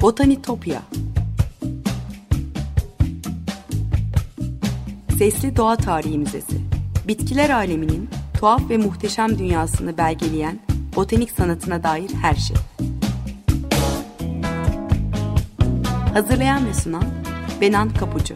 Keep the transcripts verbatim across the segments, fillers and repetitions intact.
Botanitopya. Sesli Doğa Tarihi Müzesi. Bitkiler aleminin tuhaf ve muhteşem dünyasını belgeleyen botanik sanatına dair her şey. Hazırlayan ve sunan Benan Kapucu.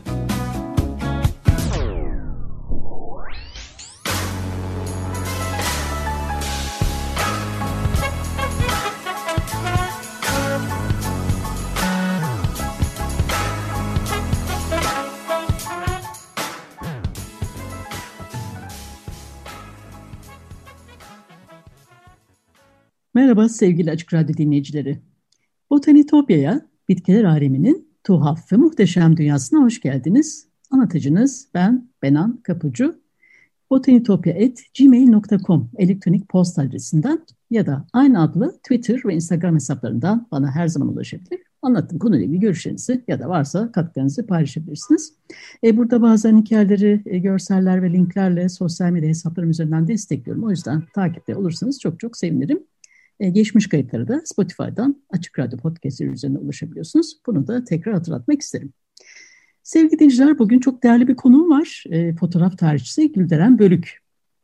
Merhaba sevgili Açık Radyo dinleyicileri. Botanitopya'ya, bitkiler aleminin tuhaf ve muhteşem dünyasına hoş geldiniz. Anlatıcınız ben Benan Kapucu. botanitopya at gmail nokta com elektronik posta adresinden ya da aynı adlı Twitter ve Instagram hesaplarından bana her zaman ulaşabilir. Anlattığım konuyla ilgili görüşlerinizi ya da varsa katkılarınızı paylaşabilirsiniz. E, burada bazen hikayeleri, e, görseller ve linklerle sosyal medya hesaplarım üzerinden destekliyorum. O yüzden takipte olursanız çok çok sevinirim. Ee, geçmiş kayıtları da Spotify'dan Açık Radyo Podcast'ı üzerinden ulaşabiliyorsunuz. Bunu da tekrar hatırlatmak isterim. Sevgili dinleyiciler, bugün çok değerli bir konuğum var. E, fotoğraf tarihçisi Gülderen Bölük.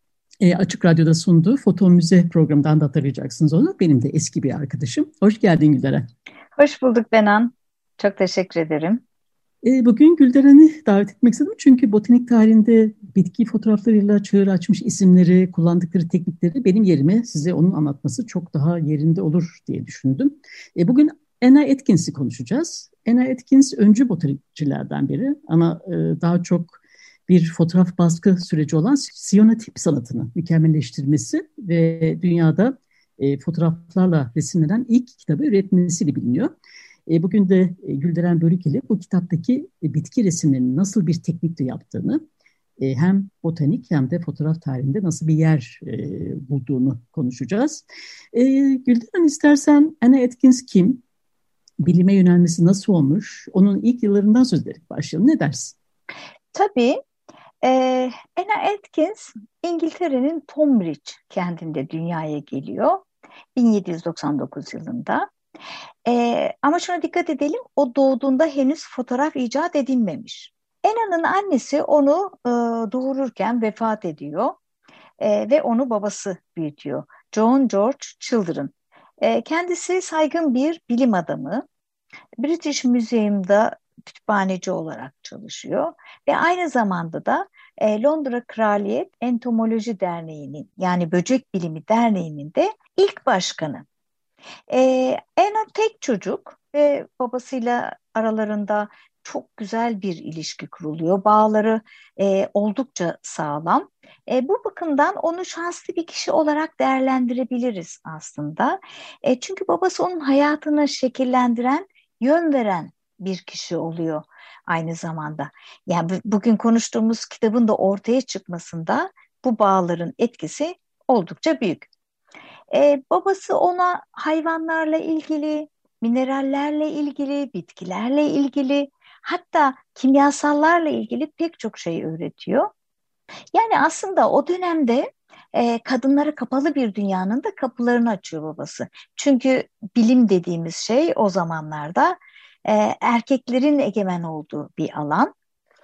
E, Açık Radyo'da sunduğu Foto Müze programından da hatırlayacaksınız onu. Benim de eski bir arkadaşım. Hoş geldin Gülderen. Hoş bulduk Benan. Çok teşekkür ederim. E, bugün Gülderen'i davet etmek istedim. Çünkü botanik tarihinde bitki fotoğraflarıyla çığır açmış isimleri, kullandıkları teknikleri benim yerime size onun anlatması çok daha yerinde olur diye düşündüm. E, bugün Anna Atkins'i konuşacağız. Anna Atkins öncü botanikçilerden biri ama e, daha çok bir fotoğraf baskı süreci olan siyonotip sanatını mükemmelleştirmesi ve dünyada e, fotoğraflarla resimlenen ilk kitabı üretmesiyle biliniyor. Bugün de Gülderen Bölük ile bu kitaptaki bitki resimlerinin nasıl bir teknikle yaptığını, hem botanik hem de fotoğraf tarihinde nasıl bir yer bulduğunu konuşacağız. Gülderen, istersen Anna Atkins kim? Bilime yönelmesi nasıl olmuş? Onun ilk yıllarından söz ederek başlayalım. Ne dersin? Tabii. Ee, Anna Atkins İngiltere'nin Tonbridge kentinde dünyaya geliyor. bin yedi yüz doksan dokuz yılında. Ee, ama şuna dikkat edelim, o doğduğunda henüz fotoğraf icat edilmemiş. Anna'nın annesi onu e, doğururken vefat ediyor e, ve onu babası büyütüyor. John George Children. E, kendisi saygın bir bilim adamı. British Museum'da kütüphaneci olarak çalışıyor ve aynı zamanda da e, Londra Kraliyet Entomoloji Derneği'nin, yani Böcek Bilimi Derneği'nin de ilk başkanı. Ee, Anna tek çocuk ve babasıyla aralarında çok güzel bir ilişki kuruluyor. Bağları e, oldukça sağlam. E, bu bakımdan onu şanslı bir kişi olarak değerlendirebiliriz aslında. E, çünkü babası onun hayatını şekillendiren, yön veren bir kişi oluyor aynı zamanda. Yani bu, bugün konuştuğumuz kitabın da ortaya çıkmasında bu bağların etkisi oldukça büyük. Ee, babası ona hayvanlarla ilgili, minerallerle ilgili, bitkilerle ilgili, hatta kimyasallarla ilgili pek çok şey öğretiyor. Yani aslında o dönemde e, kadınlara kapalı bir dünyanın da kapılarını açıyor babası. Çünkü bilim dediğimiz şey o zamanlarda e, erkeklerin egemen olduğu bir alan.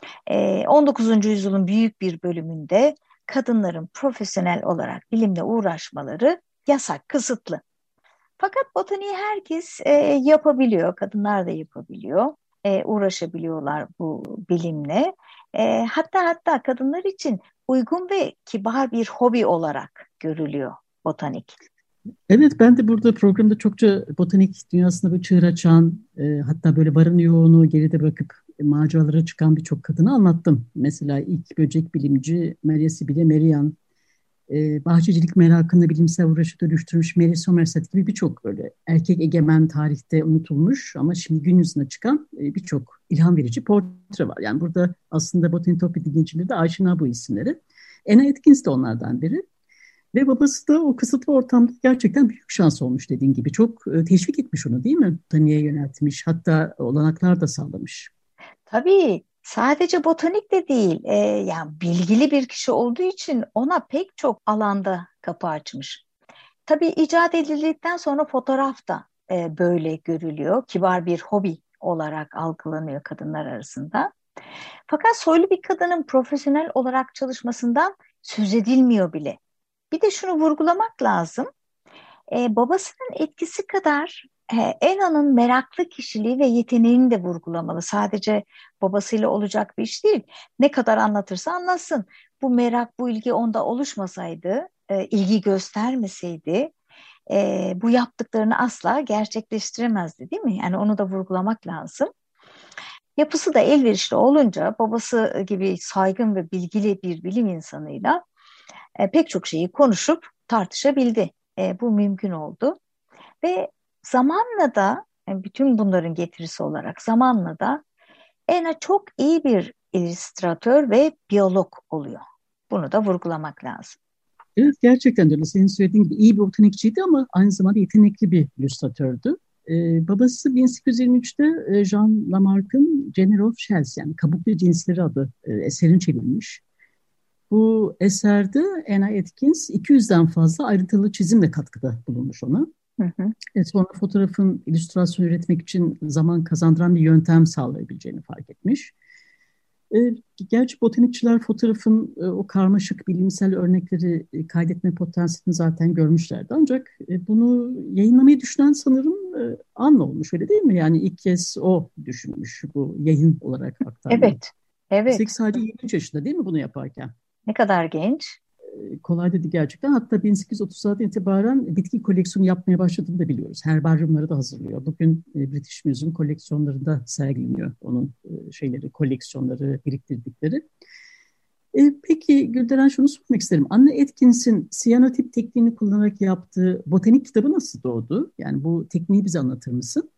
E, on dokuzuncu yüzyılın büyük bir bölümünde kadınların profesyonel olarak bilimle uğraşmaları yasak, kısıtlı. Fakat botaniği herkes e, yapabiliyor, kadınlar da yapabiliyor, e, uğraşabiliyorlar bu bilimle. E, hatta hatta kadınlar için uygun ve kibar bir hobi olarak görülüyor botanik. Evet, ben de burada programda çokça botanik dünyasında böyle çığır açan, e, hatta böyle varın yoğunu geride bırakıp e, maceralara çıkan birçok kadını anlattım. Mesela ilk böcek bilimci Maria Sibylle Merian, e, bahçecilik merakını bilimsel uğraşı dönüştürmüş Mary Somerset gibi birçok böyle erkek egemen tarihte unutulmuş ama şimdi gün yüzüne çıkan e, birçok ilham verici portre var. Yani burada aslında Botanitopya dinleyicileri de aşina bu isimleri. Anna Atkins de onlardan biri. Ve babası da o kısıtlı ortamda gerçekten büyük şans olmuş dediğin gibi. Çok e, teşvik etmiş onu, değil mi? Botaniğe yöneltmiş, hatta olanaklar da sağlamış. Tabii sadece botanik de değil, e, yani bilgili bir kişi olduğu için ona pek çok alanda kapı açmış. Tabii icat edildikten sonra fotoğraf da e, böyle görülüyor. Kibar bir hobi olarak algılanıyor kadınlar arasında. Fakat soylu bir kadının profesyonel olarak çalışmasından söz edilmiyor bile. Bir de şunu vurgulamak lazım. E, babasının etkisi kadar e, Enna'nın meraklı kişiliği ve yeteneğini de vurgulamalı. Sadece babasıyla olacak bir iş değil. Ne kadar anlatırsa anlatsın. Bu merak, bu ilgi onda oluşmasaydı, e, ilgi göstermeseydi, e, bu yaptıklarını asla gerçekleştiremezdi, değil mi? Yani onu da vurgulamak lazım. Yapısı da elverişli olunca babası gibi saygın ve bilgili bir bilim insanıyla e, pek çok şeyi konuşup tartışabildi. E, bu mümkün oldu ve zamanla da e, bütün bunların getirisi olarak zamanla da Enna çok iyi bir illüstratör ve biyolog oluyor. Bunu da vurgulamak lazım. Evet, gerçekten de öyle. Senin söylediğin gibi iyi bir botanikçiydi ama aynı zamanda yetenekli bir illüstratördü. Ee, babası bin sekiz yüz yirmi üçte e, Jean Lamarck'ın Genera of Shells, yani Kabuklu Cinsleri adlı e, eserini çevirmiş. Bu eserde Anna Atkins iki yüzden fazla ayrıntılı çizimle katkıda bulunmuş ona. Hı hı. E, sonra fotoğrafın illüstrasyon üretmek için zaman kazandıran bir yöntem sağlayabileceğini fark etmiş. E, Gerçi botanikçiler fotoğrafın e, o karmaşık bilimsel örnekleri e, kaydetme potansiyelini zaten görmüşlerdi. Ancak e, bunu yayınlamayı düşünen sanırım e, Anna olmuş, öyle değil mi? Yani ilk kez o düşünmüş bu yayın olarak aktarmayı. Evet, evet. Üstelik sadece yirmi üç yaşında değil mi bunu yaparken? Ne kadar genç. E, Kolay dedi gerçekten. Hatta bin sekiz yüz otuz altıdan itibaren bitki koleksiyonu yapmaya başladığını da biliyoruz. Herbaryumları da hazırlıyor. Bugün e, British Museum koleksiyonlarında sergileniyor onun e, şeyleri, koleksiyonları, biriktirdikleri. E, peki Gülderen, şunu sormak isterim. Anna Atkins'in siyanotip tekniğini kullanarak yaptığı botanik kitabı nasıl doğdu? Yani bu tekniği bize anlatır mısın?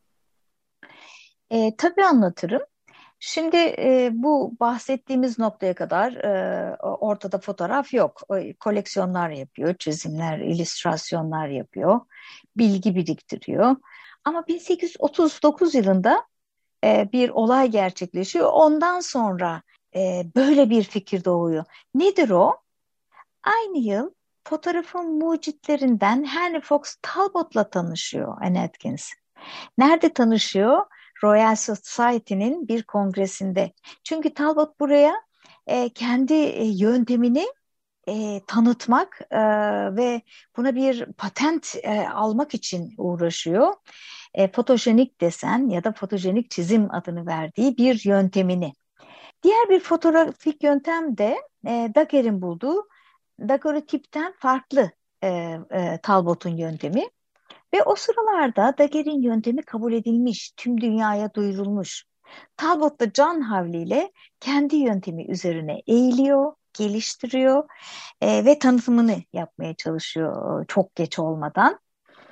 E, tabii anlatırım. Şimdi e, bu bahsettiğimiz noktaya kadar e, ortada fotoğraf yok. E, koleksiyonlar yapıyor, çizimler, illüstrasyonlar yapıyor, bilgi biriktiriyor. Ama bin sekiz yüz otuz dokuz yılında e, bir olay gerçekleşiyor. Ondan sonra e, böyle bir fikir doğuyor. Nedir o? Aynı yıl fotoğrafın mucitlerinden Henry Fox Talbot'la tanışıyor Anne Atkins. Nerede tanışıyor? Royal Society'nin bir kongresinde. Çünkü Talbot buraya e, kendi e, yöntemini e, tanıtmak e, ve buna bir patent e, almak için uğraşıyor. E, fotojenik desen ya da fotojenik çizim adını verdiği bir yöntemini. Diğer bir fotoğrafik yöntem de e, Daguerre'in bulduğu daguerreotipten farklı e, e, Talbot'un yöntemi. Ve o sıralarda Daguerre'in yöntemi kabul edilmiş, tüm dünyaya duyurulmuş. Talbot da can havliyle kendi yöntemi üzerine eğiliyor, geliştiriyor e, ve tanıtımını yapmaya çalışıyor, e, çok geç olmadan.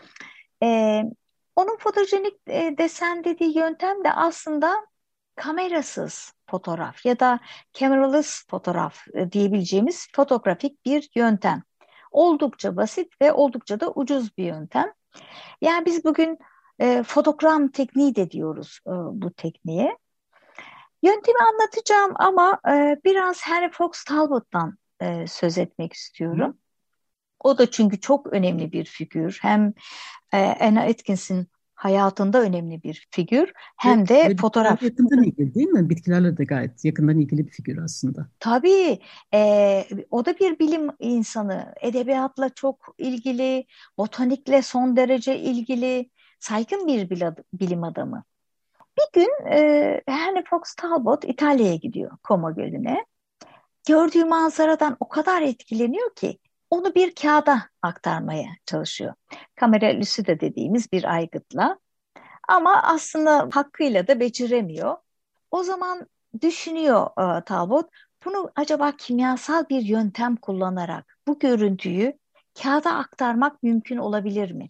E, Onun fotojenik e, desen dediği yöntem de aslında kamerasız fotoğraf ya da cameraless fotoğraf e, diyebileceğimiz fotoğrafik bir yöntem. Oldukça basit ve oldukça da ucuz bir yöntem. Yani biz bugün e, fotogram tekniği de diyoruz e, bu tekniğe. Yöntemi anlatacağım ama e, biraz Henry Fox Talbot'tan e, söz etmek Hı. istiyorum. O da çünkü çok önemli bir figür. Hem e, Anna Atkins'in hayatında önemli bir figür, Ve, hem de ve bitkilerle fotoğraf. yakından ilgili değil mi? Bitkilerle de gayet yakından ilgili bir figür aslında. Tabii e, o da bir bilim insanı, edebiyatla çok ilgili, botanikle son derece ilgili, saygın bir bil- bilim adamı. Bir gün e, Henry Fox Talbot İtalya'ya gidiyor, Como Gölü'ne. Gördüğü manzaradan o kadar etkileniyor ki onu bir kağıda aktarmaya çalışıyor. Kamera lucida dediğimiz bir aygıtla. Ama aslında hakkıyla da beceremiyor. O zaman düşünüyor e, Talbot, bunu acaba kimyasal bir yöntem kullanarak bu görüntüyü kağıda aktarmak mümkün olabilir mi?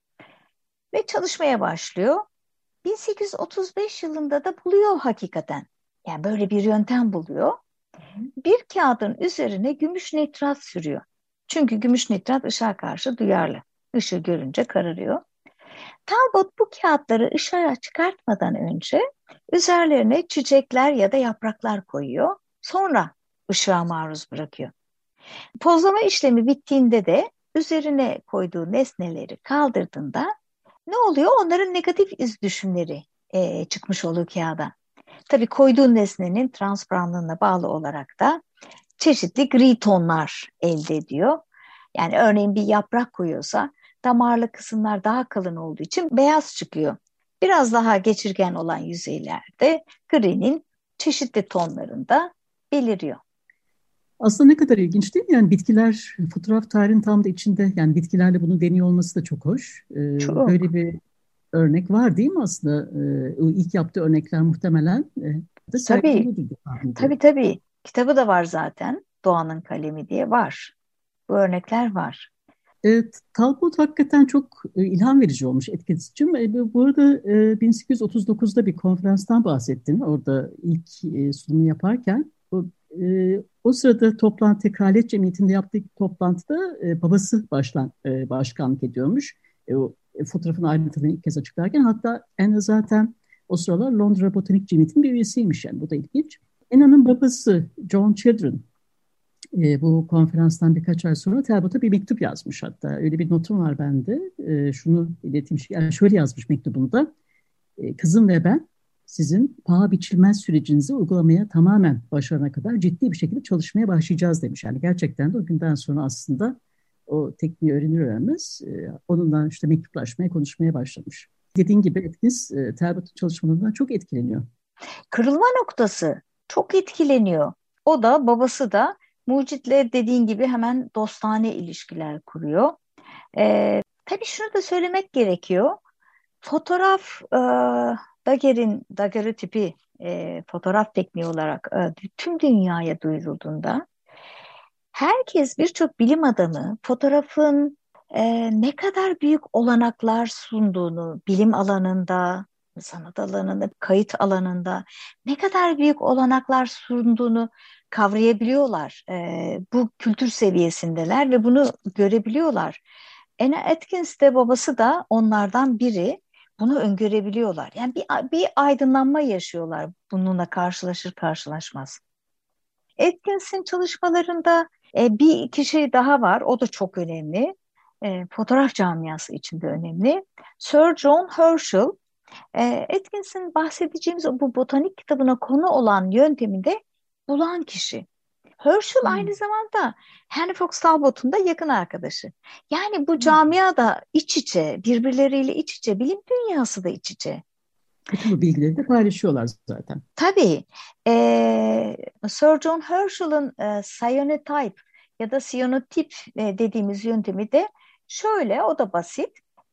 Ve çalışmaya başlıyor. bin sekiz yüz otuz beş yılında da buluyor hakikaten. Yani böyle bir yöntem buluyor. Bir kağıdın üzerine gümüş nitrat sürüyor. Çünkü gümüş nitrat ışığa karşı duyarlı. Işığı görünce kararıyor. Talbot bu kağıtları ışığa çıkartmadan önce üzerlerine çiçekler ya da yapraklar koyuyor. Sonra ışığa maruz bırakıyor. Pozlama işlemi bittiğinde de üzerine koyduğu nesneleri kaldırdığında ne oluyor? Onların negatif iz düşümleri e, çıkmış oluyor kağıda. Tabii koyduğun nesnenin transparanlığına bağlı olarak da çeşitli gri tonlar elde ediyor. Yani örneğin bir yaprak koyuyorsa damarlı kısımlar daha kalın olduğu için beyaz çıkıyor. Biraz daha geçirgen olan yüzeylerde gri'nin çeşitli tonlarında beliriyor. Aslında ne kadar ilginç değil mi? Yani bitkiler fotoğraf tarihinin tam da içinde. Yani bitkilerle bunu deniyor olması da çok hoş. Ee, böyle Çok. bir örnek var değil mi aslında? Ee, o ilk yaptığı örnekler muhtemelen e, de Tabii, sergileniyordur diye tahmin tabii ediyorum. tabii. Kitabı da var zaten. Doğanın Kalemi diye var. Bu örnekler var. Evet, Talbot hakikaten çok e, ilham verici olmuş, etkileyici. E, bu bu arada e, bin sekiz yüz otuz dokuzda bir konferanstan bahsettin. Orada ilk e, sunumu yaparken. O, e, o sırada toplantı, Kraliyet Cemiyeti'nde yaptığı toplantıda e, babası başlan, e, başkanlık ediyormuş. E, o e, fotoğrafın ayrıntılarını ilk kez açıklarken. Hatta Anna zaten o sıralar Londra Botanik Cemiyeti'nin bir üyesiymiş yani. Bu da ilginç. Anna'nın babası John Children e, bu konferanstan birkaç ay sonra Talbot'a bir mektup yazmış hatta. Öyle bir notum var bende. E, şunu ileteyim. Yani şöyle yazmış mektubunda. E, kızım ve ben sizin paha biçilmez sürecinizi uygulamaya tamamen başarana kadar ciddi bir şekilde çalışmaya başlayacağız demiş. Yani gerçekten de o günden sonra aslında o tekniği öğrenir öğrenmez e, onunla işte mektuplaşmaya, konuşmaya başlamış. Dediğin gibi Atkins e, Talbot'un çalışmalarından çok etkileniyor. Kırılma noktası çok etkileniyor. O da babası da mucitle dediğin gibi hemen dostane ilişkiler kuruyor. Ee, tabii şunu da söylemek gerekiyor. Fotoğraf e, Daguerre'in daguerreotipi e, fotoğraf tekniği olarak e, tüm dünyaya duyurulduğunda herkes birçok bilim adamı fotoğrafın e, ne kadar büyük olanaklar sunduğunu bilim alanında, sanat alanında, kayıt alanında ne kadar büyük olanaklar sunduğunu kavrayabiliyorlar. E, bu kültür seviyesindeler ve bunu görebiliyorlar. Anna Atkins de babası da onlardan biri. Bunu öngörebiliyorlar. Yani bir, bir aydınlanma yaşıyorlar bununla karşılaşır karşılaşmaz. Atkins'in çalışmalarında e, bir kişi daha var. O da çok önemli. E, fotoğraf camiası içinde önemli. Sir John Herschel. E, Atkins'in bahsedeceğimiz o bu botanik kitabına konu olan yönteminde bulan kişi. Herschel Hmm. aynı zamanda Henry Fox Talbot'un da yakın arkadaşı. Yani bu Hmm. camia da iç içe, birbirleriyle iç içe, bilim dünyası da iç içe. Bütün bu bilgileri de paylaşıyorlar zaten. Tabii eee Sir John Herschel'ın e, cyanotype ya da siyanotip e, dediğimiz yöntemi de şöyle, o da basit.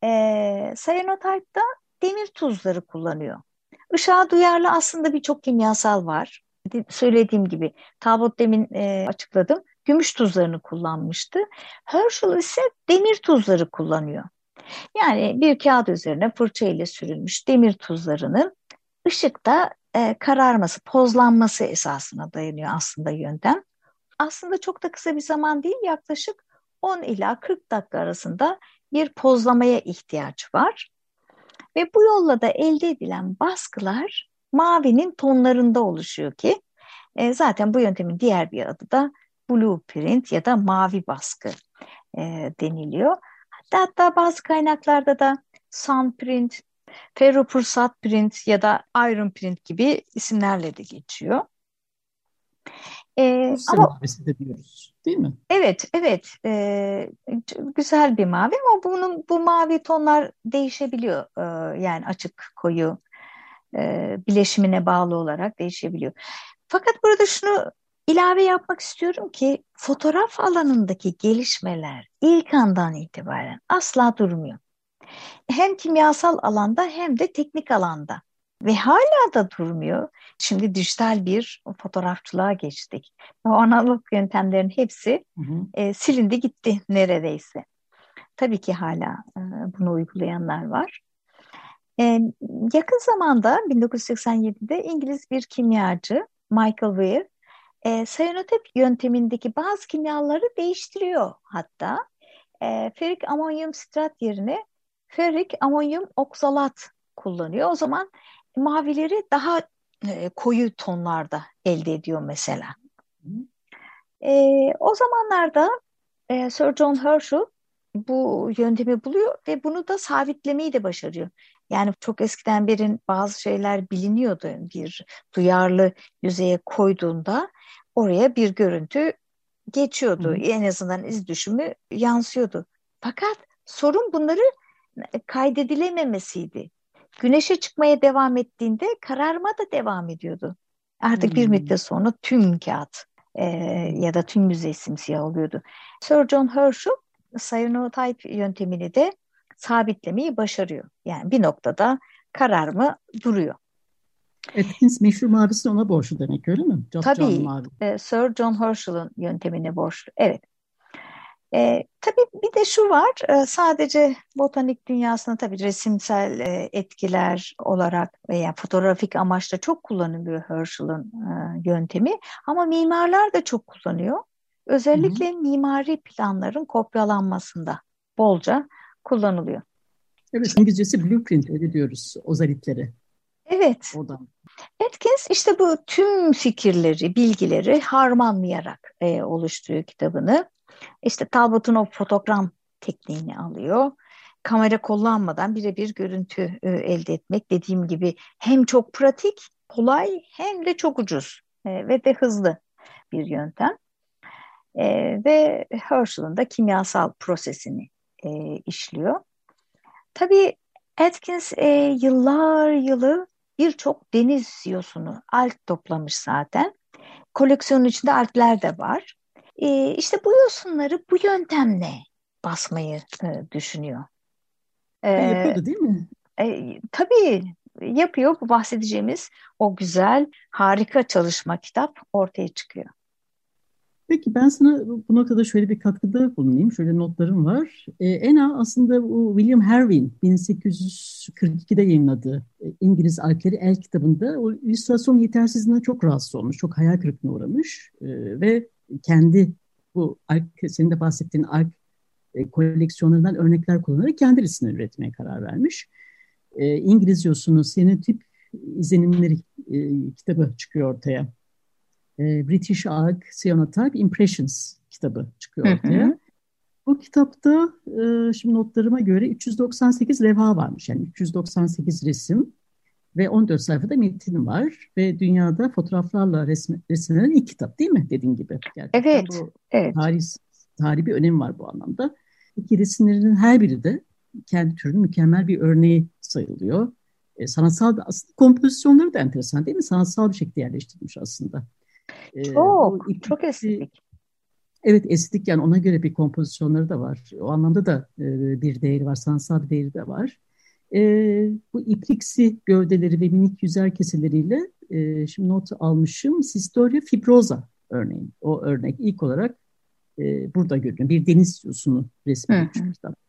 E, cyanotype'da demir tuzları kullanıyor. Işığa duyarlı aslında birçok kimyasal var. De- Söylediğim gibi Talbot demin e, açıkladım. Gümüş tuzlarını kullanmıştı. Herschel ise demir tuzları kullanıyor. Yani bir kağıt üzerine fırça ile sürülmüş demir tuzlarının ışıkta e, kararması, pozlanması esasına dayanıyor aslında yöntem. Aslında çok da kısa bir zaman değil, yaklaşık on ila kırk dakika arasında bir pozlamaya ihtiyaç var. Ve bu yolla da elde edilen baskılar mavinin tonlarında oluşuyor ki e, zaten bu yöntemin diğer bir adı da blueprint ya da mavi baskı e, deniliyor. Hatta, hatta bazı kaynaklarda da sunprint, ferropursat print ya da iron print gibi isimlerle de geçiyor. E, Rusya ama mavisi de diyoruz, değil mi? evet, evet, e, güzel bir mavi ama bunun bu mavi tonlar değişebiliyor. E, yani açık, koyu e, bileşimine bağlı olarak değişebiliyor. Fakat burada şunu ilave yapmak istiyorum ki fotoğraf alanındaki gelişmeler ilk andan itibaren asla durmuyor. Hem kimyasal alanda hem de teknik alanda. Ve hala da durmuyor. Şimdi dijital bir fotoğrafçılığa geçtik. O analog yöntemlerin hepsi Hı hı. e, silindi gitti neredeyse. Tabii ki hala e, bunu uygulayanlar var. E, yakın zamanda bin dokuz yüz seksen yedide İngiliz bir kimyacı Michael Weir e, siyanotip yöntemindeki bazı kimyaları değiştiriyor hatta. E, ferik amonyum sitrat yerine ferik amonyum oksalat kullanıyor. O zaman mavileri daha e, koyu tonlarda elde ediyor mesela. E, o zamanlarda e, Sir John Herschel bu yöntemi buluyor ve bunu da sabitlemeyi de başarıyor. Yani çok eskiden beri bazı şeyler biliniyordu. Bir duyarlı yüzeye koyduğunda oraya bir görüntü Hı geçiyordu. hı. En azından iz düşümü yansıyordu. Fakat sorun bunları kaydedilememesiydi. Güneşe çıkmaya devam ettiğinde kararma da devam ediyordu. Artık bir Hmm. müddet sonra tüm kağıt e, ya da tüm yüzey simsiyah oluyordu. Sir John Herschel cyanotype yöntemini de sabitlemeyi başarıyor. Yani bir noktada kararma duruyor. Atkins meşhur mavisini ona borçlu demek, öyle mi? Capcanlı Tabii mavi. e, Sir John Herschel'ın yöntemine borçlu. Evet. E, tabii bir de şu var, e, sadece botanik dünyasında tabii resimsel e, etkiler olarak veya fotoğrafik amaçla çok kullanılıyor Herschel'ın e, yöntemi. Ama mimarlar da çok kullanıyor. Hı hı. Özellikle mimari planların kopyalanmasında bolca kullanılıyor. Evet, İngilizcesi blueprint öyle diyoruz ozalitlere. Evet, Oradan. Atkins işte bu tüm fikirleri, bilgileri harmanlayarak e, oluşturuyor kitabını. İşte Talbot'un o fotogram tekniğini alıyor. Kamera kullanmadan birebir görüntü e, elde etmek dediğim gibi hem çok pratik, kolay hem de çok ucuz e, ve de hızlı bir yöntem. E, ve Herschel'ın da kimyasal prosesini e, işliyor. Tabii Atkins e, yıllar yılı birçok deniz yosunu, alg toplamış zaten. Koleksiyonun içinde algler de var. E, işte bu yosunları bu yöntemle basmayı e, düşünüyor. Ve E, yapıyordu değil mi? e, tabii yapıyor, bu bahsedeceğimiz o güzel, harika çalışma kitap ortaya çıkıyor. Peki ben sana bu noktada şöyle bir katkıda bulunayım. Şöyle notlarım var. Ee, Ena aslında bu William Harvey'in bin sekiz yüz kırk ikide yayınladığı e, İngiliz Alpleri El kitabında o illüstrasyon yetersizliğinden çok rahatsız olmuş. Çok hayal kırıklığına uğramış. Ee, ve kendi bu Alp, senin de bahsettiğin Alp e, koleksiyonlarından örnekler kullanarak kendi resimleri üretmeye karar vermiş. E, İngiliz yosunun senotip izlenimleri e, kitabı çıkıyor ortaya. E, British Ark Cyanotype Impressions kitabı çıkıyor Hı ortaya. hı. Bu kitapta e, şimdi notlarıma göre üç yüz doksan sekiz levha varmış. Yani üç yüz doksan sekiz resim ve on dört sayfada metin var. Ve dünyada fotoğraflarla resmi, resimlenen ilk kitap değil mi dediğin gibi? Gerçekten Evet, bu evet. tarih, tarihi bir önemi var bu anlamda. İki resimlerinin her biri de kendi türünün mükemmel bir örneği sayılıyor. E, sanatsal aslında kompozisyonları da enteresan değil mi? Sanatsal bir şekilde yerleştirilmiş aslında. E, bu Çok, çok iplikçi, estetik. evet estetik yani ona göre bir kompozisyonları da var. O anlamda da e, bir değeri var, sanatsal bir değeri de var. E, bu ipliksi gövdeleri ve minik yüzer kesileriyle e, şimdi not almışım. Sistoria fibrosa örneğin. O örnek ilk olarak e, burada görünüyor. Bir deniz yosunu Hı resmedilmiş bu hı. kitap.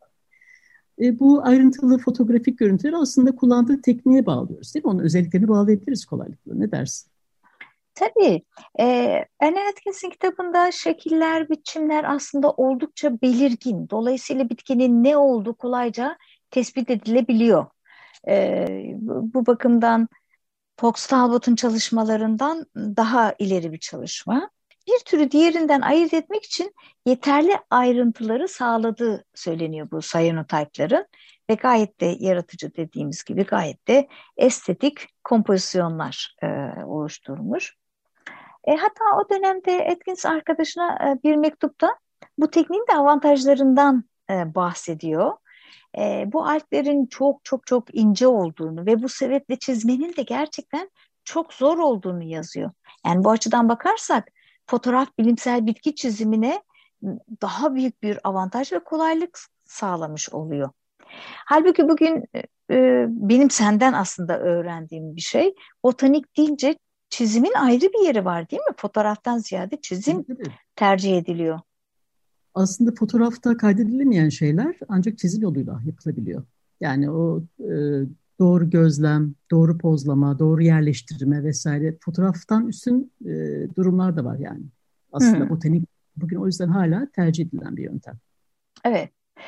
E, bu ayrıntılı fotoğrafik görüntüleri aslında kullandığı tekniğe bağlıyoruz değil mi? Onun özelliklerini bağlayabiliriz kolaylıkla. Ne dersin? Tabii. Ee, Anne Atkins'in kitabında şekiller, biçimler aslında oldukça belirgin. Dolayısıyla bitkinin ne olduğu kolayca tespit edilebiliyor. Ee, bu, bu bakımdan Fox Talbot'un çalışmalarından daha ileri bir çalışma. Bir türü diğerinden ayırt etmek için yeterli ayrıntıları sağladığı söyleniyor bu cyanotype'ların ve gayet de yaratıcı dediğimiz gibi gayet de estetik kompozisyonlar e, oluşturmuş. E, hatta o dönemde Atkins arkadaşına e, bir mektupta bu tekniğin de avantajlarından e, bahsediyor. E, bu alglerin çok çok çok ince olduğunu ve bu sebeple çizmenin de gerçekten çok zor olduğunu yazıyor. Yani bu açıdan bakarsak fotoğraf bilimsel bitki çizimine daha büyük bir avantaj ve kolaylık sağlamış oluyor. Halbuki bugün e, benim senden aslında öğrendiğim bir şey, botanik deyince çizimin ayrı bir yeri var değil mi? Fotoğraftan ziyade çizim Tabii, tabii. tercih ediliyor. Aslında fotoğrafta kaydedilemeyen şeyler ancak çizim yoluyla yapılabiliyor. Yani o e, doğru gözlem, doğru pozlama, doğru yerleştirme vesaire fotoğraftan üstün e, durumlar da var yani. Aslında Hmm, botanik bugün o yüzden hala tercih edilen bir yöntem. evet.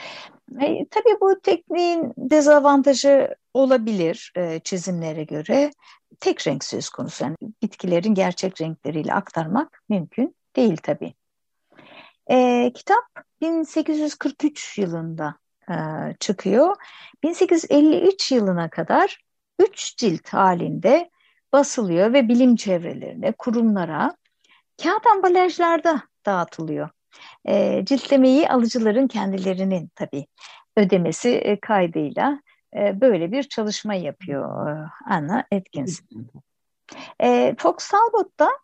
E, tabii bu tekniğin dezavantajı olabilir e, çizimlere göre. Tek renk söz konusu. Yani bitkilerin gerçek renkleriyle aktarmak mümkün değil tabii. E, kitap bin sekiz yüz kırk üç yılında e, çıkıyor. bin sekiz yüz elli üç yılına kadar üç cilt halinde basılıyor ve bilim çevrelerine, kurumlara, kağıt ambalajlarda dağıtılıyor. E, ciltlemeyi alıcıların kendilerinin tabii ödemesi e, kaydıyla e, böyle bir çalışma yapıyor e, Anna Atkins. E, Fox Talbot da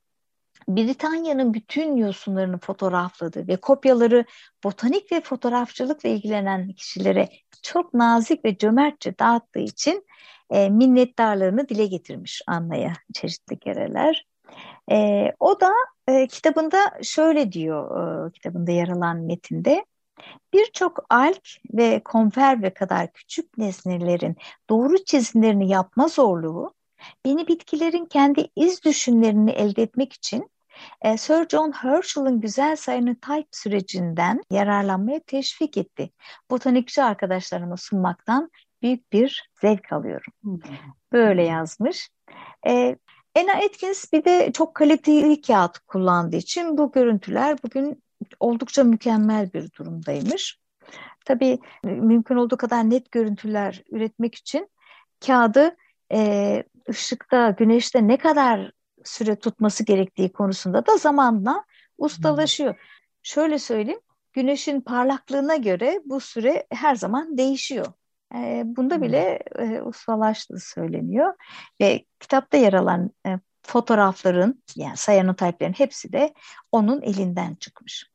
Britanya'nın bütün yosunlarını fotoğrafladı ve kopyaları botanik ve fotoğrafçılıkla ilgilenen kişilere çok nazik ve cömertçe dağıttığı için e, minnettarlığını dile getirmiş Anna'ya çeşitli kereler. E, o da e, kitabında şöyle diyor, e, kitabında yer alan metinde: birçok alg ve konserve kadar küçük nesnelerin doğru çizimlerini yapma zorluğu beni bitkilerin kendi iz düşümlerini elde etmek için e, Sir John Herschel'ın güzel cyanotype sürecinden yararlanmaya teşvik etti. Botanikçi arkadaşlarıma sunmaktan büyük bir zevk alıyorum. Böyle yazmış. E, Anna Atkins bir de çok kaliteli kağıt kullandığı için bu görüntüler bugün oldukça mükemmel bir durumdaymış. Tabii mümkün olduğu kadar net görüntüler üretmek için kağıdı e, ışıkta, güneşte ne kadar süre tutması gerektiği konusunda da zamanla ustalaşıyor. Şöyle söyleyeyim, güneşin parlaklığına göre bu süre her zaman değişiyor. E, bunda bile e, ustalaştığı söyleniyor. Ve kitapta yer alan e, fotoğrafların, yani cyanotype'lerin hepsi de onun elinden çıkmış.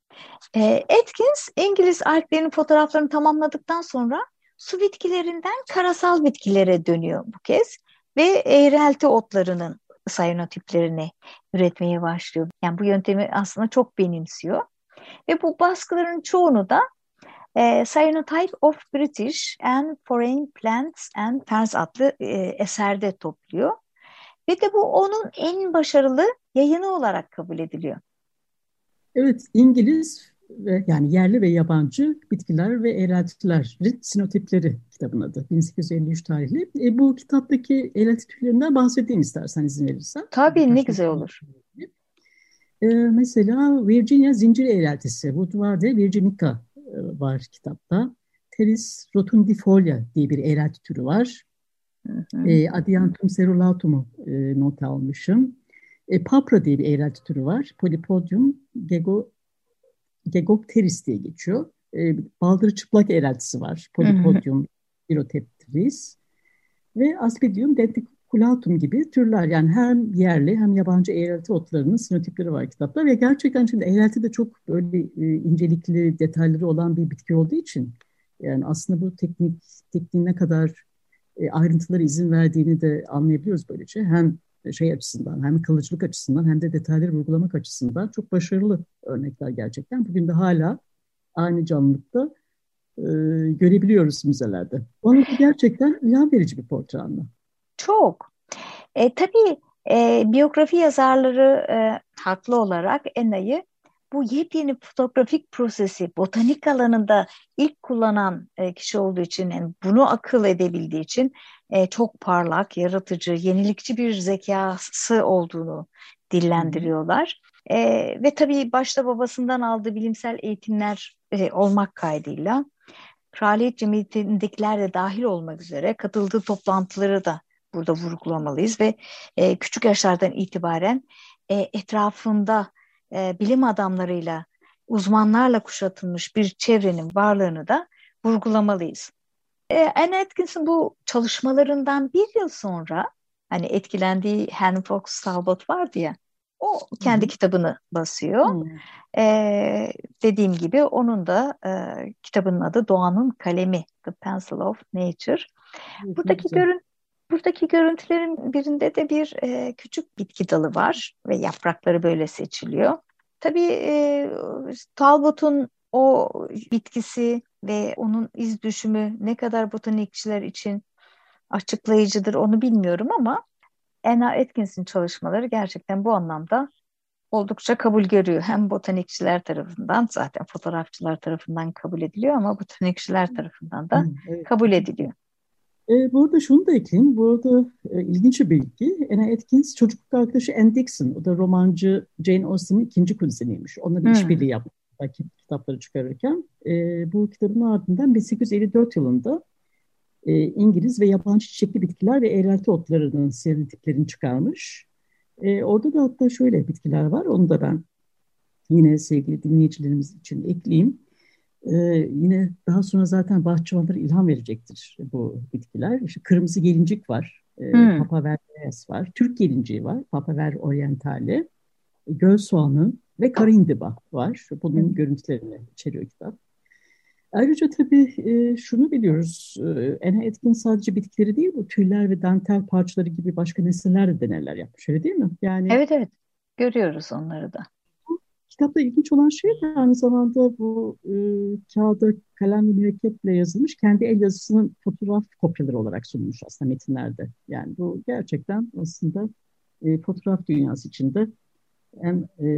E, Atkins, İngiliz alglerinin fotoğraflarını tamamladıktan sonra su bitkilerinden karasal bitkilere dönüyor bu kez ve eğrelti otlarının siyanotiplerini üretmeye başlıyor. Yani bu yöntemi aslında çok benimsiyor ve bu baskıların çoğunu da e, Cyanotype of British and Foreign Plants and Ferns adlı e, eserde topluyor ve de bu onun en başarılı yayını olarak kabul ediliyor. Evet, İngiliz ve yani yerli ve yabancı bitkiler ve eğreltilerin sinotipleri kitabın adı. bin sekiz yüz elli üç tarihli. E, bu kitaptaki eğrelti türlerinden bahsedeyim istersen, izin verirsen. Tabii, ne Birkaç güzel olur. e, mesela Virginia zincir eğreltisi, Woodwardia virginica e, var kitapta. Teris rotundifolia diye bir eğrelti türü var. Hı hı. E, Adiantum cerulatum'u e, not almışım. E, Papra diye bir eğrelti türü var. Polypodium gego, gegopteris diye geçiyor. E, baldırı çıplak eğreltisi var. Polypodium viroteptris. Ve Aspidium denticulatum gibi türler. Yani hem yerli hem yabancı eğrelti otlarının sinotipleri var kitapta. Ve gerçekten şimdi eğrelti de çok böyle e, incelikli, detayları olan bir bitki olduğu için yani aslında bu teknik tekniğin ne kadar e, ayrıntılara izin verdiğini de anlayabiliyoruz böylece. Hem şey açısından, hem kalıcılık açısından hem de detayları vurgulamak açısından çok başarılı örnekler gerçekten. Bugün de hala aynı canlılıkta e, görebiliyoruz müzelerde. Onun gerçekten ilham verici bir portre Anna. Çok. E, tabii e, biyografi yazarları e, haklı olarak Anna'yı bu yepyeni fotoğrafik prosesi botanik alanında ilk kullanan e, kişi olduğu için, yani bunu akıl edebildiği için e, çok parlak, yaratıcı, yenilikçi bir zekası olduğunu dillendiriyorlar. E, ve tabii başta babasından aldığı bilimsel eğitimler e, olmak kaydıyla Kraliyet Cemiyeti'ndekiler de dahil olmak üzere katıldığı toplantıları da burada vurgulamalıyız ve e, küçük yaşlardan itibaren e, etrafında e, bilim adamlarıyla, uzmanlarla kuşatılmış bir çevrenin varlığını da vurgulamalıyız. E, Anne Atkins'in bu çalışmalarından bir yıl sonra, hani etkilendiği Henry Fox Talbot vardı ya, o kendi Hı-hı. kitabını basıyor. Hı-hı. Ee, dediğim gibi onun da e, kitabının adı Doğanın Kalemi, The Pencil of Nature. Evet, buradaki görün buradaki görüntülerin birinde de bir e, küçük bitki dalı var ve yaprakları böyle seçiliyor. Tabii e, Talbot'un o bitkisi ve onun iz düşümü ne kadar botanikçiler için açıklayıcıdır onu bilmiyorum ama Anna Atkins'in çalışmaları gerçekten bu anlamda oldukça kabul görüyor. Hem botanikçiler tarafından, zaten fotoğrafçılar tarafından kabul ediliyor ama botanikçiler tarafından da evet. kabul ediliyor. E, bu arada şunu da ekleyeyim. Bu arada e, ilginç bir bilgi. Anne Atkins çocukluk arkadaşı Anne Dixon. O da romancı Jane Austen'in ikinci kuzeniymiş. Onunla bir Hmm. işbirliği yapmışlar kitapları çıkarırken. E, bu kitabın ardından bin sekiz yüz elli dört yılında e, İngiliz ve yabancı çiçekli bitkiler ve eğrelti otlarının stereotiplerini çıkarmış. E, orada da hatta şöyle bitkiler var. Onu da ben yine sevgili dinleyicilerimiz için ekleyeyim. Ee, yine daha sonra zaten bahçıvanlara ilham verecektir bu bitkiler. İşte kırmızı gelincik var, e, Hmm. Papaver beyaz var, Türk gelinciği var, Papaver orientale, göl soğanı ve kara hindiba var. Bunun Hmm. görüntülerini içeriyor kitap. Ayrıca tabii e, şunu biliyoruz, e, Anne Atkins sadece bitkileri değil, bu tüyler ve dantel parçaları gibi başka nesneler de deneyler yapmış, öyle değil mi? Yani Evet, evet, görüyoruz onları da. kitapta ilginç olan şey de aynı zamanda bu e, kağıda kalem ve mürekkeple yazılmış kendi el yazısının fotoğraf kopyaları olarak sunulmuş aslında metinlerde. Yani bu gerçekten aslında e, fotoğraf dünyası içinde hem e,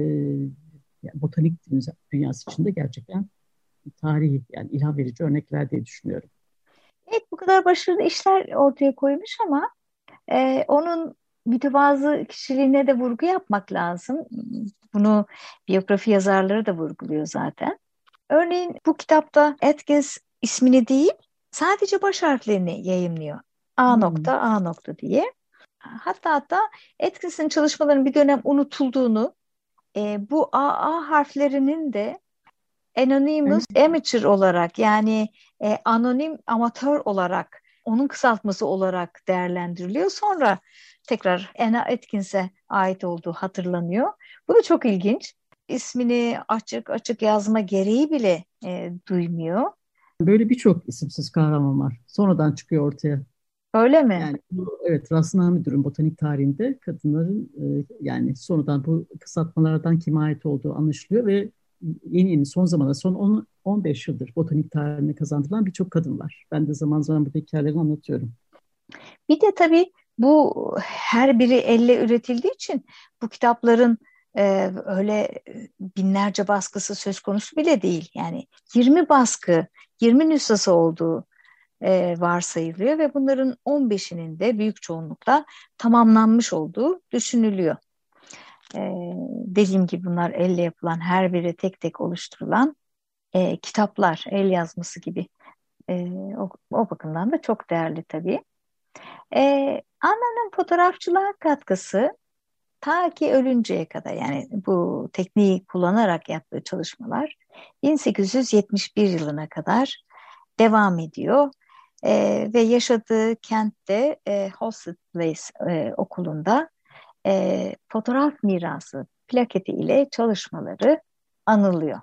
yani botanik dünyası içinde gerçekten tarihi yani ilham verici örnekler diye düşünüyorum. Evet, bu kadar başarılı işler ortaya koymuş ama e, onun mütevazı kişiliğine de vurgu yapmak lazım. Bunu biyografi yazarları da vurguluyor zaten. Örneğin bu kitapta Atkins ismini değil, sadece baş harflerini yayımlıyor. A Hmm. nokta A nokta diye. Hatta hatta Atkins'in çalışmalarının bir dönem unutulduğunu, e, bu A A harflerinin de Anonymous Amateur olarak, yani e, anonim amatör olarak, onun kısaltması olarak değerlendiriliyor. Sonra tekrar Anna Atkins'e ait olduğu hatırlanıyor. Bu da çok ilginç. İsmini açık açık yazma gereği bile e, duymuyor. Böyle birçok isimsiz kahraman var. Sonradan çıkıyor ortaya. Öyle mi? Yani bu, evet rastlananan bir durum botanik tarihinde kadınların e, yani sonradan bu kısaltmalardan kime ait olduğu anlaşılıyor ve yeni yeni son zamanda son on on beş yıldır botanik tarihine kazandırılan birçok kadın var. Ben de zaman zaman bu hikayelerini anlatıyorum. Bir de tabii bu her biri elle üretildiği için bu kitapların e, öyle binlerce baskısı söz konusu bile değil. Yani yirmi baskı, yirmi nüshası olduğu e, varsayılıyor ve bunların on beşinin de büyük çoğunlukla tamamlanmış olduğu düşünülüyor. E, dediğim gibi bunlar elle yapılan, her biri tek tek oluşturulan e, kitaplar, el yazması gibi. E, o, o bakımdan da çok değerli tabii. Ee, Anna'nın fotoğrafçılığa katkısı ta ki ölünceye kadar, yani bu tekniği kullanarak yaptığı çalışmalar bin sekiz yüz yetmiş bir yılına kadar devam ediyor. Ee, ve yaşadığı kentte e, Hosted Place e, okulunda e, fotoğraf mirası plaketi ile çalışmaları anılıyor.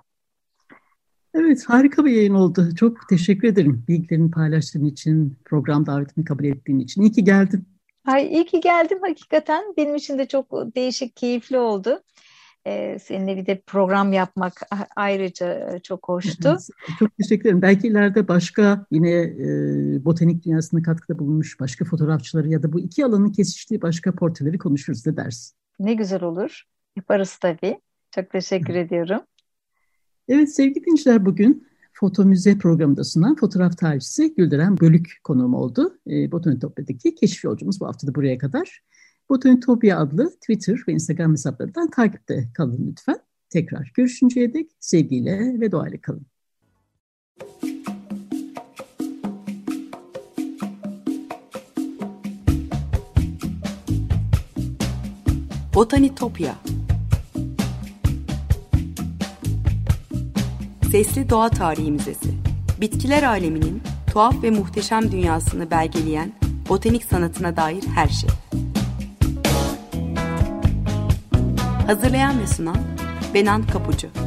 Evet, harika bir yayın oldu. Çok teşekkür ederim bilgilerini paylaştığın için, program davetimi kabul ettiğin için. İyi ki geldin. Ay, iyi ki geldim hakikaten. Benim için de çok değişik, keyifli oldu. Ee, seninle bir de program yapmak ayrıca çok hoştu. Çok teşekkür ederim. Belki ileride başka yine e, botanik dünyasına katkıda bulunmuş başka fotoğrafçıları ya da bu iki alanın kesiştiği başka portreleri konuşuruz ne dersin? Ne güzel olur. Yaparız tabii. Çok teşekkür ediyorum. Evet sevgili dinleyiciler, bugün Foto Müze programında sunan fotoğraf tarihçisi Gülderen Bölük konuğum oldu. E, Botanitopya'daki keşif yolcumuz bu hafta da buraya kadar. Botanitopya adlı Twitter ve Instagram hesaplarından takipte kalın lütfen. Tekrar görüşünceye dek sevgiyle ve doğayla kalın. Botanitopya. Sesli Doğa Tarihi Müzesi. Bitkiler aleminin tuhaf ve muhteşem dünyasını belgeleyen botanik sanatına dair her şey. Hazırlayan ve sunan Benan Kapucu.